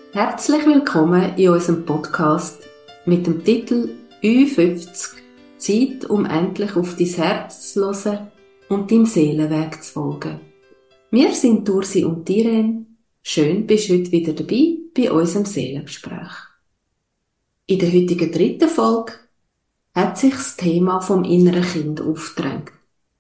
Herzlich willkommen in unserem Podcast mit dem Titel Ü50 – Zeit, um endlich auf dein Herz zu hören und deinem Seelenweg zu folgen. Wir sind Ursi und Irene. Schön, bist du heute wieder dabei bei unserem Seelengespräch. In der heutigen 3. Folge hat sich das Thema vom inneren Kind aufgedrängt.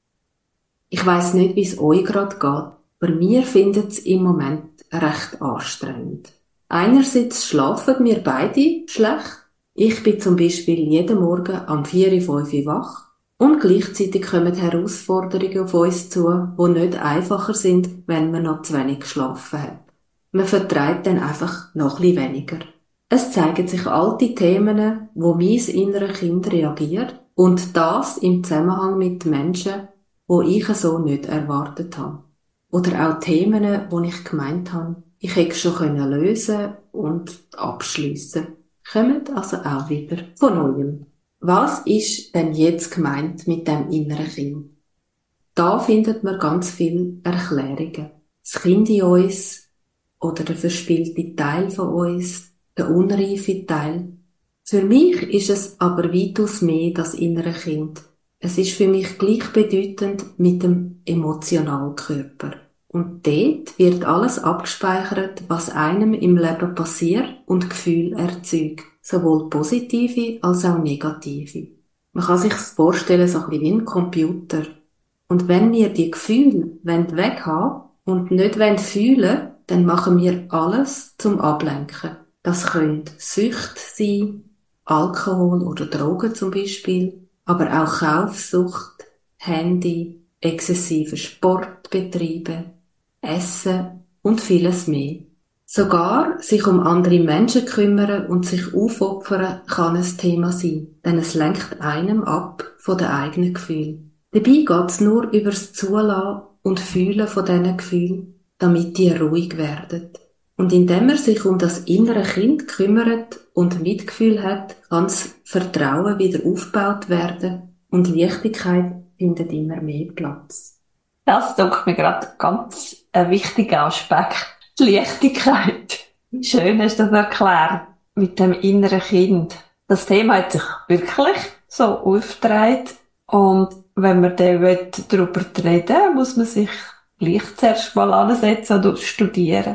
Ich weiss nicht, wie es euch gerade geht, aber mir findet es im Moment recht anstrengend. Einerseits schlafen wir beide schlecht. Ich bin zum Beispiel jeden Morgen um 4, 5 Uhr wach. Und gleichzeitig kommen Herausforderungen auf uns zu, die nicht einfacher sind, wenn man noch zu wenig geschlafen hat. Man vertreibt dann einfach noch ein bisschen weniger. Es zeigen sich alte Themen, wo mein inneres Kind reagiert, und das im Zusammenhang mit Menschen, wo ich so nicht erwartet habe. Oder auch Themen, wo ich gemeint habe, ich hätte schon lösen und abschliessen. Kommen also auch wieder von Neuem. Was ist denn jetzt gemeint mit dem inneren Kind? Da findet man ganz viele Erklärungen. Das Kind in uns oder der verspielte Teil von uns, der unreife Teil. Für mich ist es aber weitaus mehr das innere Kind. Es ist für mich gleichbedeutend mit dem emotionalen Körper. Und dort wird alles abgespeichert, was einem im Leben passiert und Gefühle erzeugt. Sowohl positive als auch negative. Man kann sich vorstellen, so ein bisschen wie ein Computer. Und wenn wir die Gefühle weghaben und nicht fühlen, dann machen wir alles zum Ablenken. Das können Süchte sein, Alkohol oder Drogen zum Beispiel, aber auch Kaufsucht, Handy, exzessiver Sportbetriebe, Essen und vieles mehr. Sogar sich um andere Menschen kümmern und sich aufopfern kann ein Thema sein, denn es lenkt einem ab von den eigenen Gefühlen. Dabei geht's nur übers Zulassen und Fühlen von diesen Gefühlen, damit die ruhig werden. Und indem er sich um das innere Kind kümmert und Mitgefühl hat, kann das Vertrauen wieder aufgebaut werden und Leichtigkeit findet immer mehr Platz. Das ist mir gerade ganz ein wichtiger Aspekt. Die Leichtigkeit. Schön hast du das erklärt. Mit dem inneren Kind. Das Thema hat sich wirklich so aufgetragen. Und wenn man dann darüber reden will, muss man sich gleich zuerst mal ansetzen und studieren.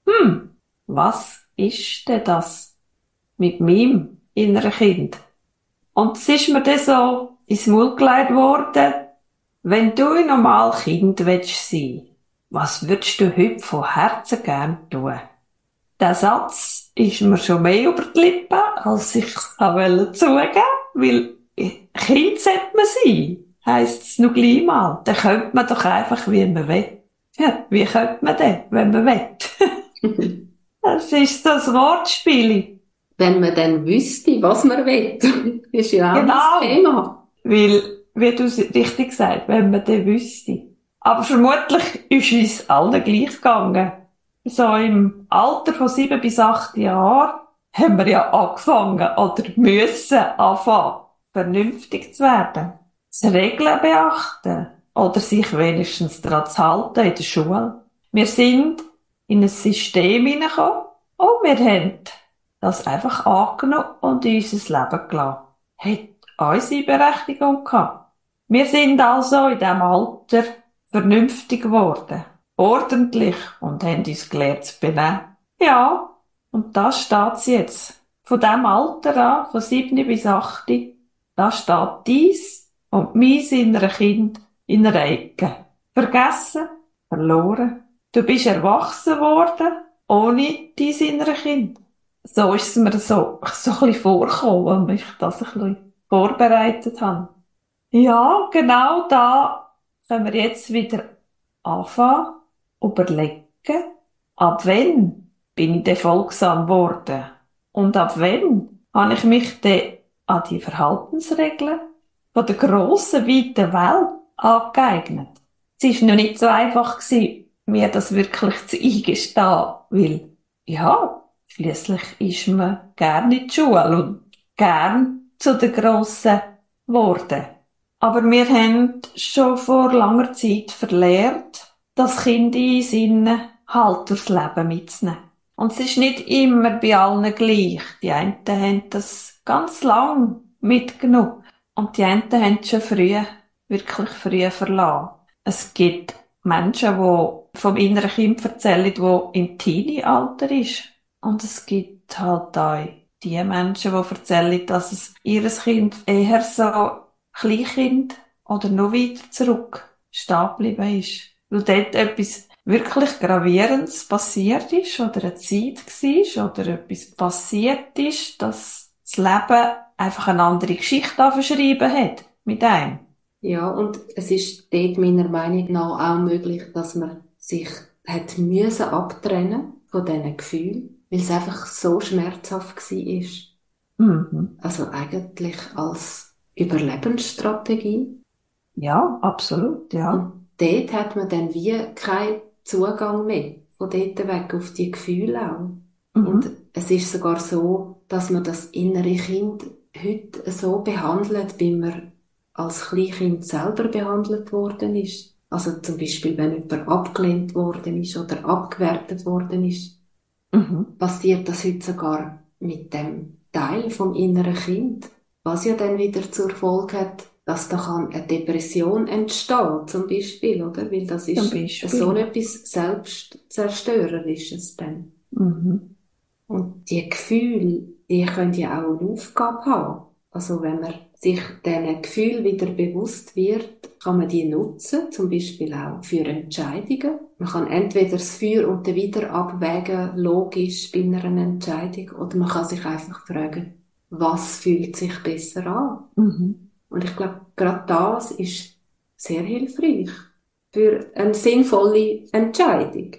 Was ist denn das mit meinem inneren Kind? Und es ist mir dann so ins Maul gelegt worden, wenn du ein normal Kind willst sein, was würdest du heute von Herzen gern tun? Der Satz ist mir schon mehr über die Lippen, als ich es zugeben weil Kind sollte man sein, heisst es noch gleich mal. Dann könnte man doch einfach, wie man will. Ja, wie könnte man denn, wenn man will? Das ist so das Wortspiel. Wenn man dann wüsste, was man will, ist ja auch Genau. das Thema. Weil, wie du es richtig sagst, wenn man dann wüsste. Aber vermutlich ist uns allen gleich gegangen. So im Alter von 7 bis 8 Jahren haben wir ja angefangen oder müssen anfangen, vernünftig zu werden. Das Regeln beachten oder sich wenigstens daran zu halten in der Schule. Wir sind in ein System hineingekommen und wir haben das einfach angenommen und in unser Leben gelassen. Hat unsere Berechtigung gehabt. Wir sind also in diesem Alter vernünftig geworden. Ordentlich und haben uns gelernt zu benehmen. Ja, und da steht's jetzt. Von diesem Alter an, von 7 bis 8, da steht dies und mein inneres Kind in einer Ecke. Vergessen, verloren. Du bist erwachsen worden, ohne dein inneres Kind. So ist es mir so ein bisschen vorgekommen, als ich das ein bisschen vorbereitet habe. Ja, genau da können wir jetzt wieder anfangen, überlegen, ab wann bin ich denn folgsam geworden? Und ab wann habe ich mich denn an die Verhaltensregeln von der grossen, weiten Welt angeeignet? Es war noch nicht so einfach gewesen, mir das wirklich zu eingestehen, weil, ja, schliesslich ist man gern in die Schule und gern zu den Grossen geworden. Aber wir haben schon vor langer Zeit verlernt, das Kind in Sinne halt durchs Leben mitzunehmen. Und es ist nicht immer bei allen gleich. Die einen haben das ganz lang mitgenommen. Und die einen haben es schon wirklich früh verlassen. Es gibt Menschen, die vom inneren Kind erzählen, die im Teenie-Alter ist. Und es gibt halt auch die Menschen, die erzählen, dass es ihres Kind eher so Kleinkind oder noch weiter zurück stehen geblieben ist. Weil dort etwas wirklich Gravierendes passiert ist oder eine Zeit war oder etwas passiert ist, dass das Leben einfach eine andere Geschichte verschrieben hat mit einem. Ja, und es ist dort meiner Meinung nach auch möglich, dass man sich hat müssen abtrennen von diesen Gefühlen, weil es einfach so schmerzhaft war. Mhm. Also eigentlich als Überlebensstrategie. Ja, absolut, ja. Und dort hat man dann wie keinen Zugang mehr von dort weg auf die Gefühle auch. Mhm. Und es ist sogar so, dass man das innere Kind heute so behandelt, wie man als Kleinkind selber behandelt worden ist. Also zum Beispiel, wenn jemand abgelehnt worden ist oder abgewertet worden ist, passiert das heute sogar mit dem Teil vom inneren Kind, was ja dann wieder zur Folge hat, dass da kann eine Depression entstehen, zum Beispiel, oder? Weil das ist so etwas Selbstzerstörerisches dann. Mhm. Und die Gefühle, die können ja auch eine Aufgabe haben. Also wenn man sich diesen Gefühlen wieder bewusst wird, kann man die nutzen, zum Beispiel auch für Entscheidungen. Man kann entweder das Für und Wider abwägen, logisch bei einer Entscheidung, oder man kann sich einfach fragen, was fühlt sich besser an? Mhm. Und ich glaube, gerade das ist sehr hilfreich für eine sinnvolle Entscheidung.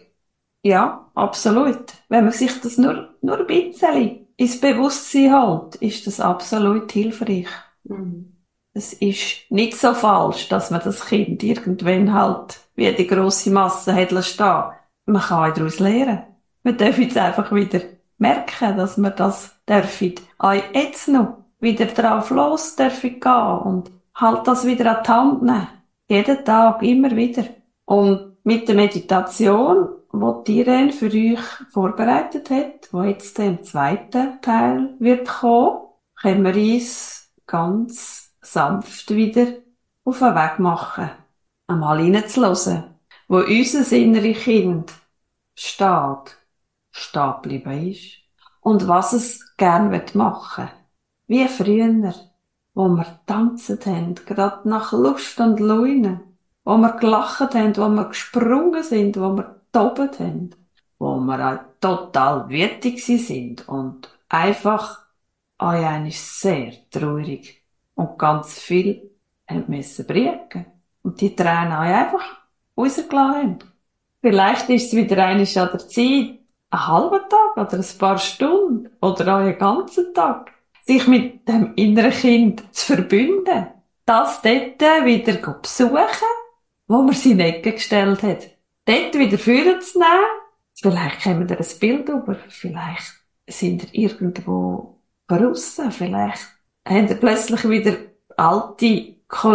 Ja, absolut. Wenn man sich das nur ein bisschen ins Bewusstsein hält, ist das absolut hilfreich. Mhm. Es ist nicht so falsch, dass man das Kind irgendwann halt wie die grosse Masse hat stehen. Man kann auch daraus lernen. Man darf jetzt einfach wieder merken, dass man das dürfen. Auch jetzt noch wieder drauf los dürfen gehen und halt das wieder an die Hand nehmen. Jeden Tag, immer wieder. Und mit der Meditation, die Irene für euch vorbereitet hat, wo jetzt im zweiten Teil wird kommen, können wir uns ganz sanft wieder auf den Weg machen. Einmal reinzuhören, wo unser inneres Kind steht, stehen geblieben ist und was es gern machen will. Wie früher, wo wir tanzen haben, gerade nach Lust und Laune, wo wir gelacht haben, wo wir gesprungen sind, wo wir getobt haben, wo wir auch total wütig sind und einfach einmal sehr traurig und ganz viel haben müssen briegen. Und die Tränen auch einfach rausgelassen haben. Vielleicht ist es wieder einmal an der Zeit, einen halben Tag oder ein paar Stunden oder auch einen ganzen Tag, sich mit dem inneren Kind zu verbünden. Das dort wieder besuchen, wo man sie in die Ecke gestellt hat. Dort wieder vorzunehmen. Vielleicht kommen wir ein Bild über. Vielleicht sind ihr irgendwo draussen. Vielleicht haben ihr plötzlich wieder alte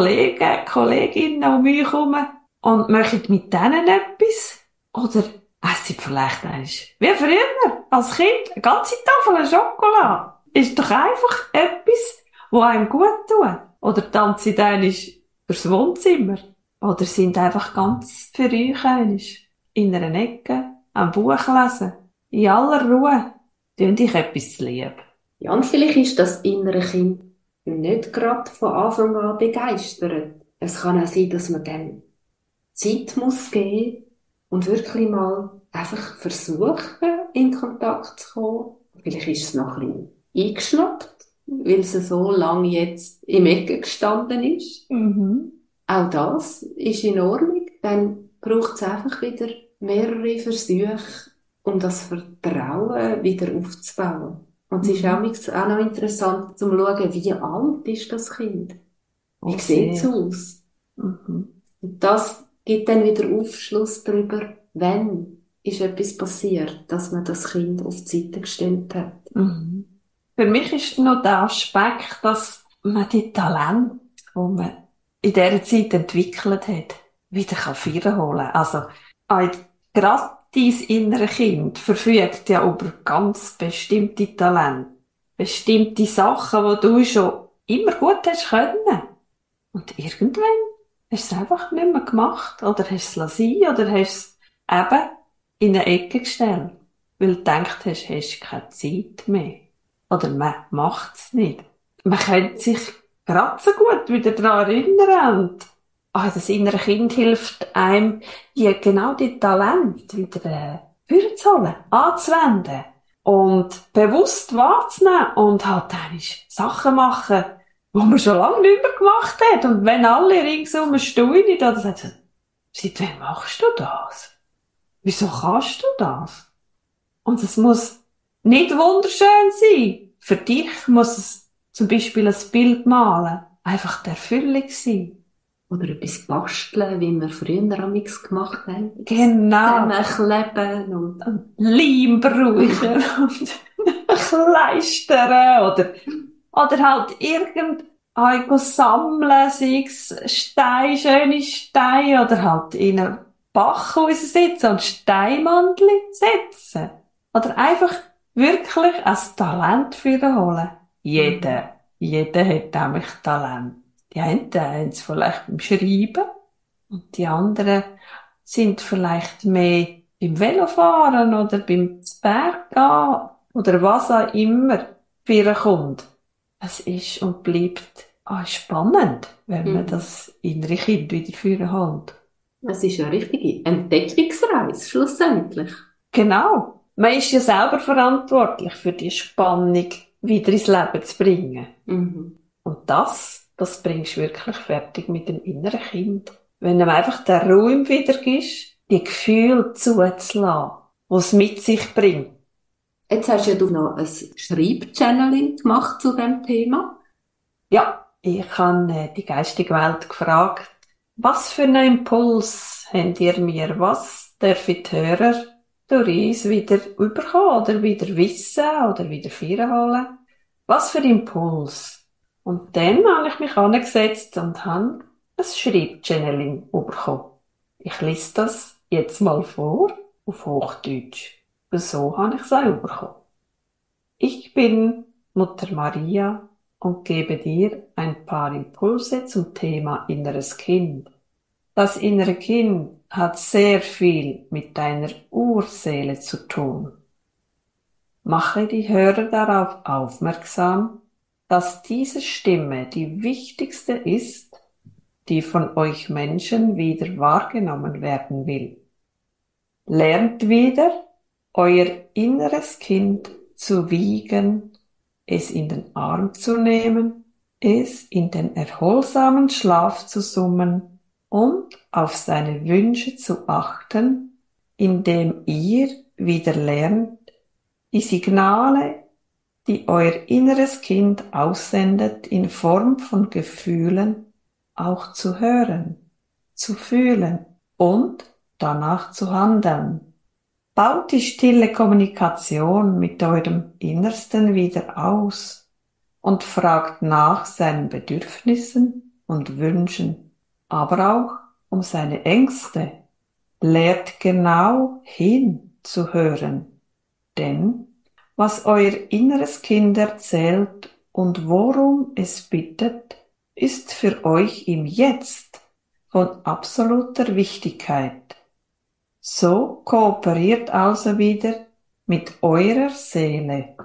Kolleginnen um mich herum und möchten mit denen etwas. Oder essen vielleicht eins. Wie früher, als Kind, eine ganze Tafel Schokolade. Ist doch einfach etwas, wo einem gut tut. Oder tanzen einmal durchs Wohnzimmer. Oder sind einfach ganz für euch einmal in einer Ecke ein Buch lesen. In aller Ruhe. Tun dich etwas zu lieb. Ja, und vielleicht ist das innere Kind nicht gerade von Anfang an begeistert. Es kann auch sein, dass man dann Zeit muss geben und wirklich mal einfach versuchen, in Kontakt zu kommen. Vielleicht ist es noch ein bisschen eingeschnappt, weil es so lange jetzt im Ecke gestanden ist. Mhm. Auch das ist in Ordnung. Dann braucht es einfach wieder mehrere Versuche, um das Vertrauen wieder aufzubauen. Und es ist auch noch interessant, zu schauen, wie alt ist das Kind? Wie sieht es aus? Und das gibt dann wieder Aufschluss darüber, wenn ist etwas passiert, dass man das Kind auf die Seite gestellt hat. Für mich ist noch der Aspekt, dass man die Talente, die man in dieser Zeit entwickelt hat, wieder wiederholen kann. Also, gerade Dein innere Kind verfügt ja über ganz bestimmte Talente, bestimmte Sachen, die du schon immer gut hast können. Und irgendwann hast du es einfach nicht mehr gemacht, oder hast es lassen, oder hast es eben in eine Ecke gestellt, weil du gedacht hast keine Zeit mehr. Oder man macht es nicht. Man könnte sich gerade so gut wieder daran erinnern. Und, das innere Kind hilft einem, genau die Talente wieder vorzuholen, anzuwenden und bewusst wahrzunehmen und halt eigentlich Sachen machen, die man schon lange nicht mehr gemacht hat. Und wenn alle ringsum staunen, dann sagen sie, seit wann machst du das? Wieso kannst du das? Und es muss nicht wunderschön sein. Für dich muss es zum Beispiel ein Bild malen einfach die Erfüllung sein. Oder etwas basteln, wie wir früher amigs gemacht haben. Genau. Zusammenkleben und Leim brauchen und kleistern oder halt sammeln, sei es Steine, schöne Steine oder halt in einen Bach sitzen und Steinmandel setzen. Oder einfach wirklich ein Talent holen. Jeder hat nämlich Talent. Die einen haben es vielleicht beim Schreiben und die anderen sind vielleicht mehr beim Velofahren oder beim Berg gehen oder was auch immer für ihn kommt. Es ist und bleibt spannend, wenn man das innere Kind wieder führen holt. Es ist eine richtige Entdeckungsreise, schlussendlich. Genau. Man ist ja selber verantwortlich für die Spannung wieder ins Leben zu bringen. Mhm. Und das bringst du wirklich fertig mit dem inneren Kind. Wenn du einfach den Raum wieder gibst, die Gefühle zuzulassen, die es mit sich bringt. Jetzt hast ja du noch ein Schreibchanneling gemacht zu diesem Thema. Ja, ich habe die geistige Welt gefragt, was für einen Impuls habt ihr mir, was dürfen die Hörer durch uns wieder überkommen oder wieder wissen oder wieder holen? Was für ein Impuls? Und dann habe ich mich angesetzt und habe ein Schreibchanneling bekommen. Ich lese das jetzt mal vor, auf Hochdeutsch. Und so habe ich es auch bekommen. Ich bin Mutter Maria und gebe dir ein paar Impulse zum Thema inneres Kind. Das innere Kind hat sehr viel mit deiner Urseele zu tun. Mache die Hörer darauf aufmerksam, dass diese Stimme die wichtigste ist, die von euch Menschen wieder wahrgenommen werden will. Lernt wieder, euer inneres Kind zu wiegen, es in den Arm zu nehmen, es in den erholsamen Schlaf zu summen und auf seine Wünsche zu achten, indem ihr wieder lernt, die Signale, die euer inneres Kind aussendet in Form von Gefühlen, auch zu hören, zu fühlen und danach zu handeln. Baut die stille Kommunikation mit eurem Innersten wieder aus und fragt nach seinen Bedürfnissen und Wünschen, aber auch um seine Ängste. Lehrt genau hinzuhören, denn was euer inneres Kind erzählt und worum es bittet, ist für euch im Jetzt von absoluter Wichtigkeit. So kooperiert also wieder mit eurer Seele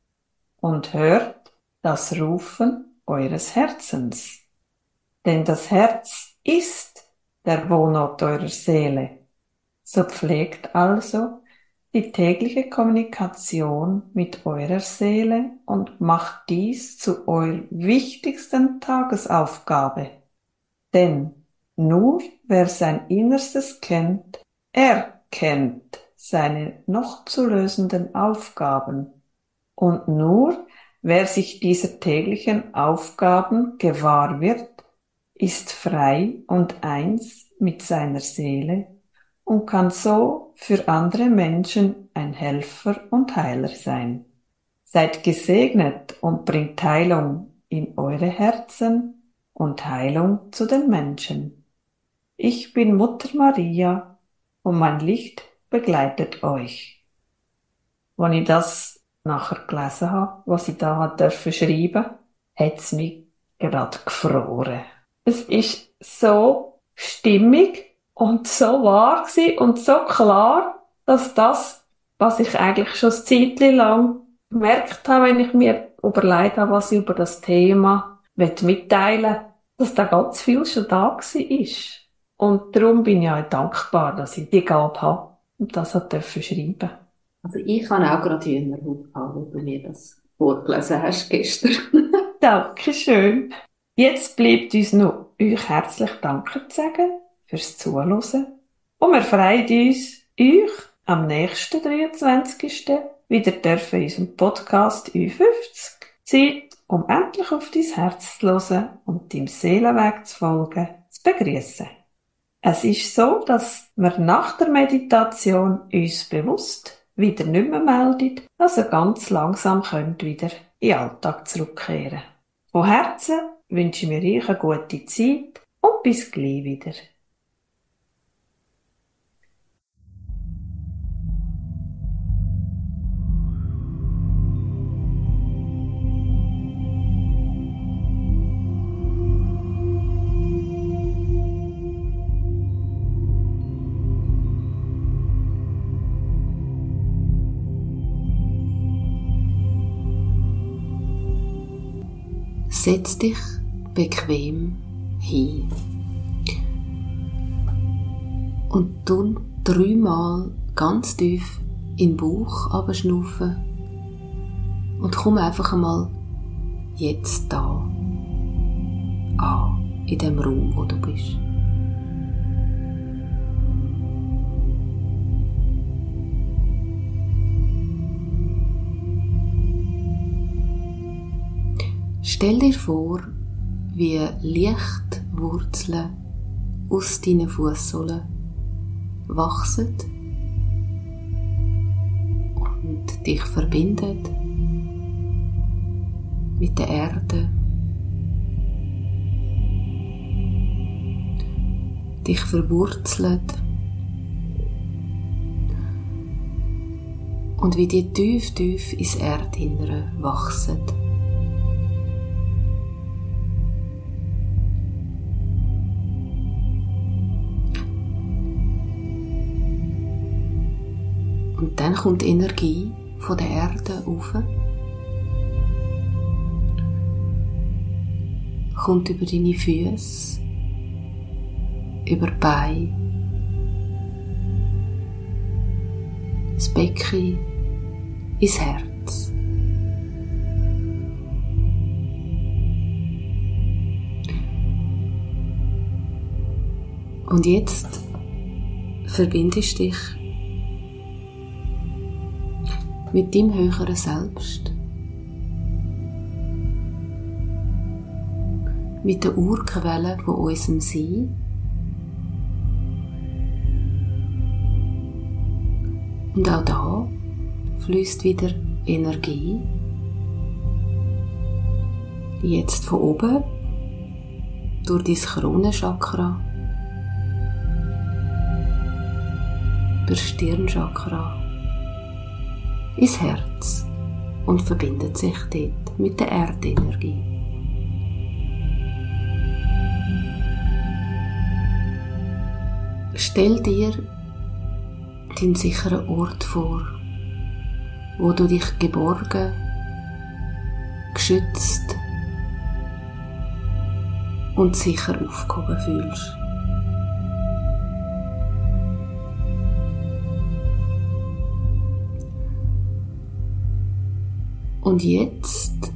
und hört das Rufen eures Herzens. Denn das Herz ist der Wohnort eurer Seele. So pflegt also die tägliche Kommunikation mit eurer Seele und macht dies zu eurer wichtigsten Tagesaufgabe. Denn nur wer sein Innerstes kennt, er kennt seine noch zu lösenden Aufgaben. Und nur wer sich dieser täglichen Aufgaben gewahr wird, ist frei und eins mit seiner Seele und kann so für andere Menschen ein Helfer und Heiler sein. Seid gesegnet und bringt Heilung in eure Herzen und Heilung zu den Menschen. Ich bin Mutter Maria und mein Licht begleitet euch. Als ich das nachher gelesen habe, was ich da schreiben durfte, hat es mich gerade gefroren. Es ist so stimmig und so wahr gewesen und so klar, dass das, was ich eigentlich schon ein Zeitchen lang gemerkt habe, wenn ich mir überlegt habe, was ich über das Thema mitteilen will, dass da ganz viel schon da war. Und darum bin ich auch dankbar, dass ich die Gabe habe und das schreiben. Also ich habe auch gerade Hühnerhaut gehabt, wo du mir das vorgelesen hast gestern. Dankeschön. Jetzt bleibt uns noch euch herzlich Danke zu sagen fürs Zuhören. Und wir freuen uns, euch am nächsten 23. wieder dürfen in unserem Podcast U50 Zeit, um endlich auf dein Herz zu hören und deinem Seelenweg zu folgen, zu begrüßen. Es ist so, dass wir nach der Meditation uns bewusst wieder nicht mehr meldet, also ganz langsam könnt wieder in den Alltag zurückkehren. Von Herzen wünschen wir euch eine gute Zeit und bis gleich wieder. Setz dich bequem hin und tu 3-mal ganz tief in den Bauch runterschnaufen und komm einfach einmal jetzt da an, in dem Raum, wo du bist. Stell dir vor, wie Lichtwurzeln aus deinen Fußsohlen wachsen und dich verbinden mit der Erde, dich verwurzeln und wie die tief ins Erdinnere wachsen. Und dann kommt die Energie von der Erde rauf, kommt über deine Füße, über die Beine, das Becken, ins Herz. Und jetzt verbindest du dich mit deinem höheren Selbst, mit der Urquelle von unserem Sein und auch da fließt wieder Energie, jetzt von oben durch dein Kronenchakra, über Stirnchakra ins Herz und verbindet sich dort mit der Erdenergie. Stell dir deinen sicheren Ort vor, wo du dich geborgen, geschützt und sicher aufgehoben fühlst. Und jetzt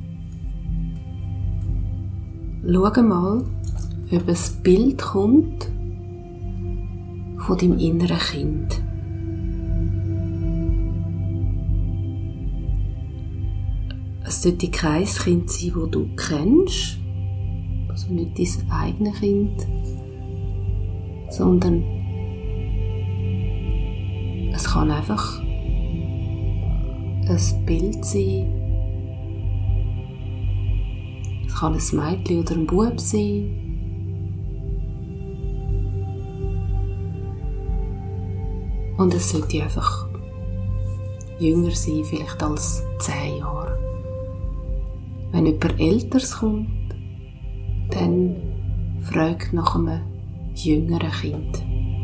schau mal, ob ein Bild kommt von deinem inneren Kind. Es sollte kein Kind sein, das du kennst, also nicht dein eigenes Kind, sondern es kann einfach ein Bild sein. Es kann ein Mädchen oder ein Bub sein. Und es sollte einfach jünger sein, vielleicht als 10 Jahre. Wenn jemand Älteres kommt, dann fragt nach einem jüngeren Kind.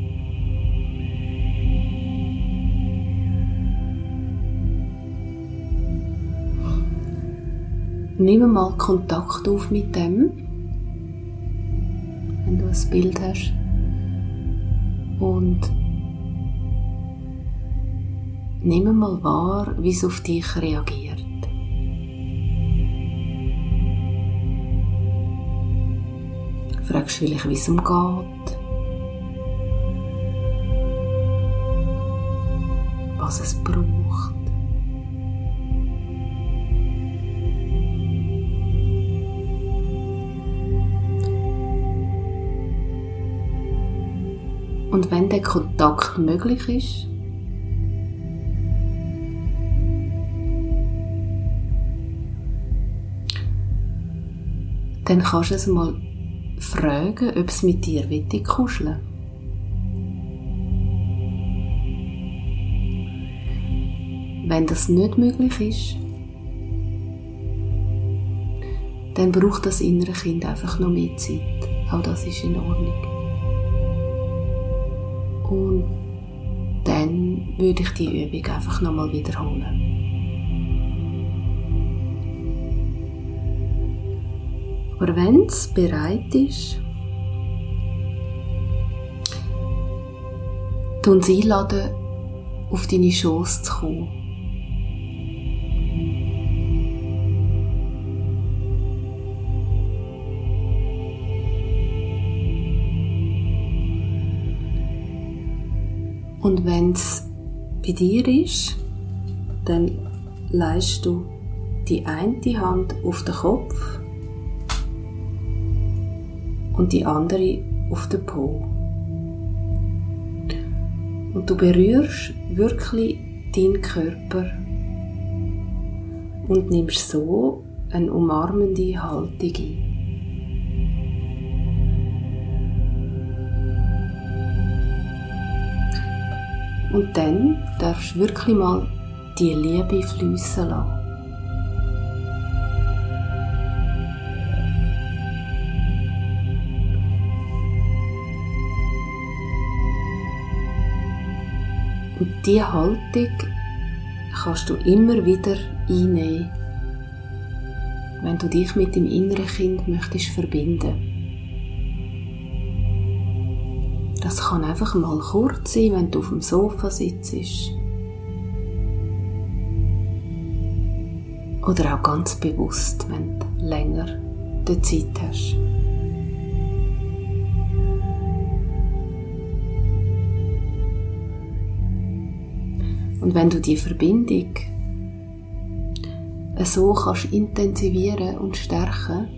Nimm mal Kontakt auf mit dem, wenn du ein Bild hast. Und nimm mal wahr, wie es auf dich reagiert. Fragst vielleicht, wie es ihm geht, was es braucht. Und wenn der Kontakt möglich ist, dann kannst du es mal fragen, ob es mit dir kuscheln will. Wenn das nicht möglich ist, dann braucht das innere Kind einfach noch mehr Zeit. Auch das ist in Ordnung. Und dann würde ich die Übung einfach nochmal wiederholen. Aber wenn es bereit ist, uns einladen, auf deine Schoss zu kommen. Und wenn es bei dir ist, dann legst du die eine Hand auf den Kopf und die andere auf den Po. Und du berührst wirklich deinen Körper und nimmst so eine umarmende Haltung ein. Und dann darfst du wirklich mal die Liebe fliessen lassen. Und diese Haltung kannst du immer wieder einnehmen, wenn du dich mit dem inneren Kind möchtest verbinden. Das kann einfach mal kurz sein, wenn du auf dem Sofa sitzt. Oder auch ganz bewusst, wenn du länger die Zeit hast. Und wenn du die Verbindung so kannst intensivieren und stärken,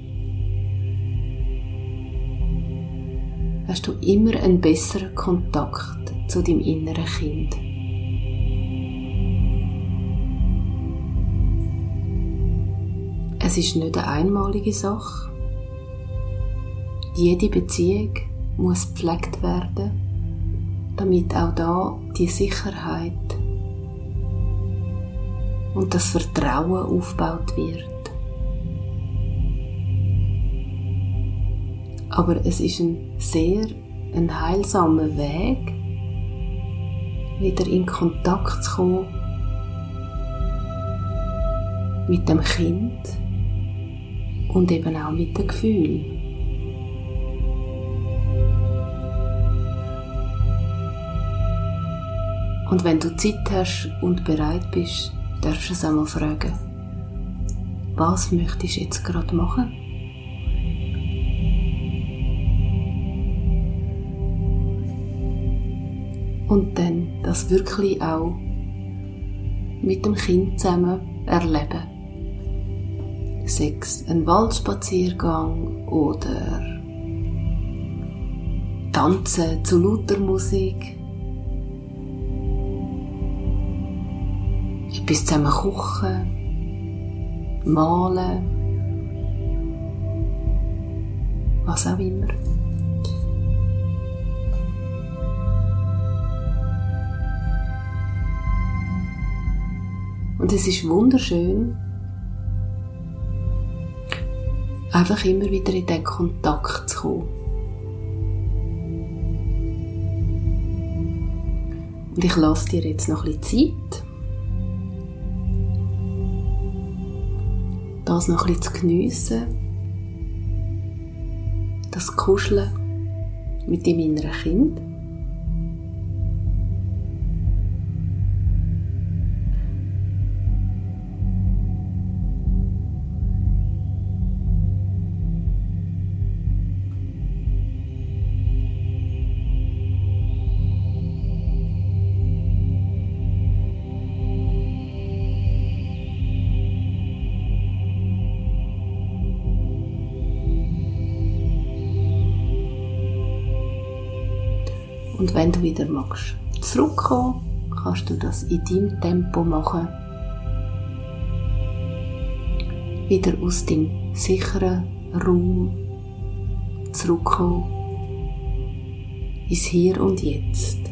hast du immer einen besseren Kontakt zu deinem inneren Kind. Es ist nicht eine einmalige Sache. Jede Beziehung muss gepflegt werden, damit auch da die Sicherheit und das Vertrauen aufgebaut wird. Aber es ist ein heilsamer Weg, wieder in Kontakt zu kommen mit dem Kind und eben auch mit dem Gefühl. Und wenn du Zeit hast und bereit bist, darfst du es einmal fragen, was möchtest du jetzt gerade machen? Und dann das wirklich auch mit dem Kind zusammen erleben. Sei es ein Waldspaziergang oder Tanzen zu lauter Musik. Etwas zusammen kochen, malen, was auch immer. Und es ist wunderschön, einfach immer wieder in den Kontakt zu kommen. Und ich lasse dir jetzt noch ein bisschen Zeit, das noch ein bisschen zu geniessen, das Kuscheln mit deinem inneren Kind. Und wenn du wieder magst zurückkommen, kannst du das in deinem Tempo machen. Wieder aus deinem sicheren Raum zurückkommen ins Hier und Jetzt.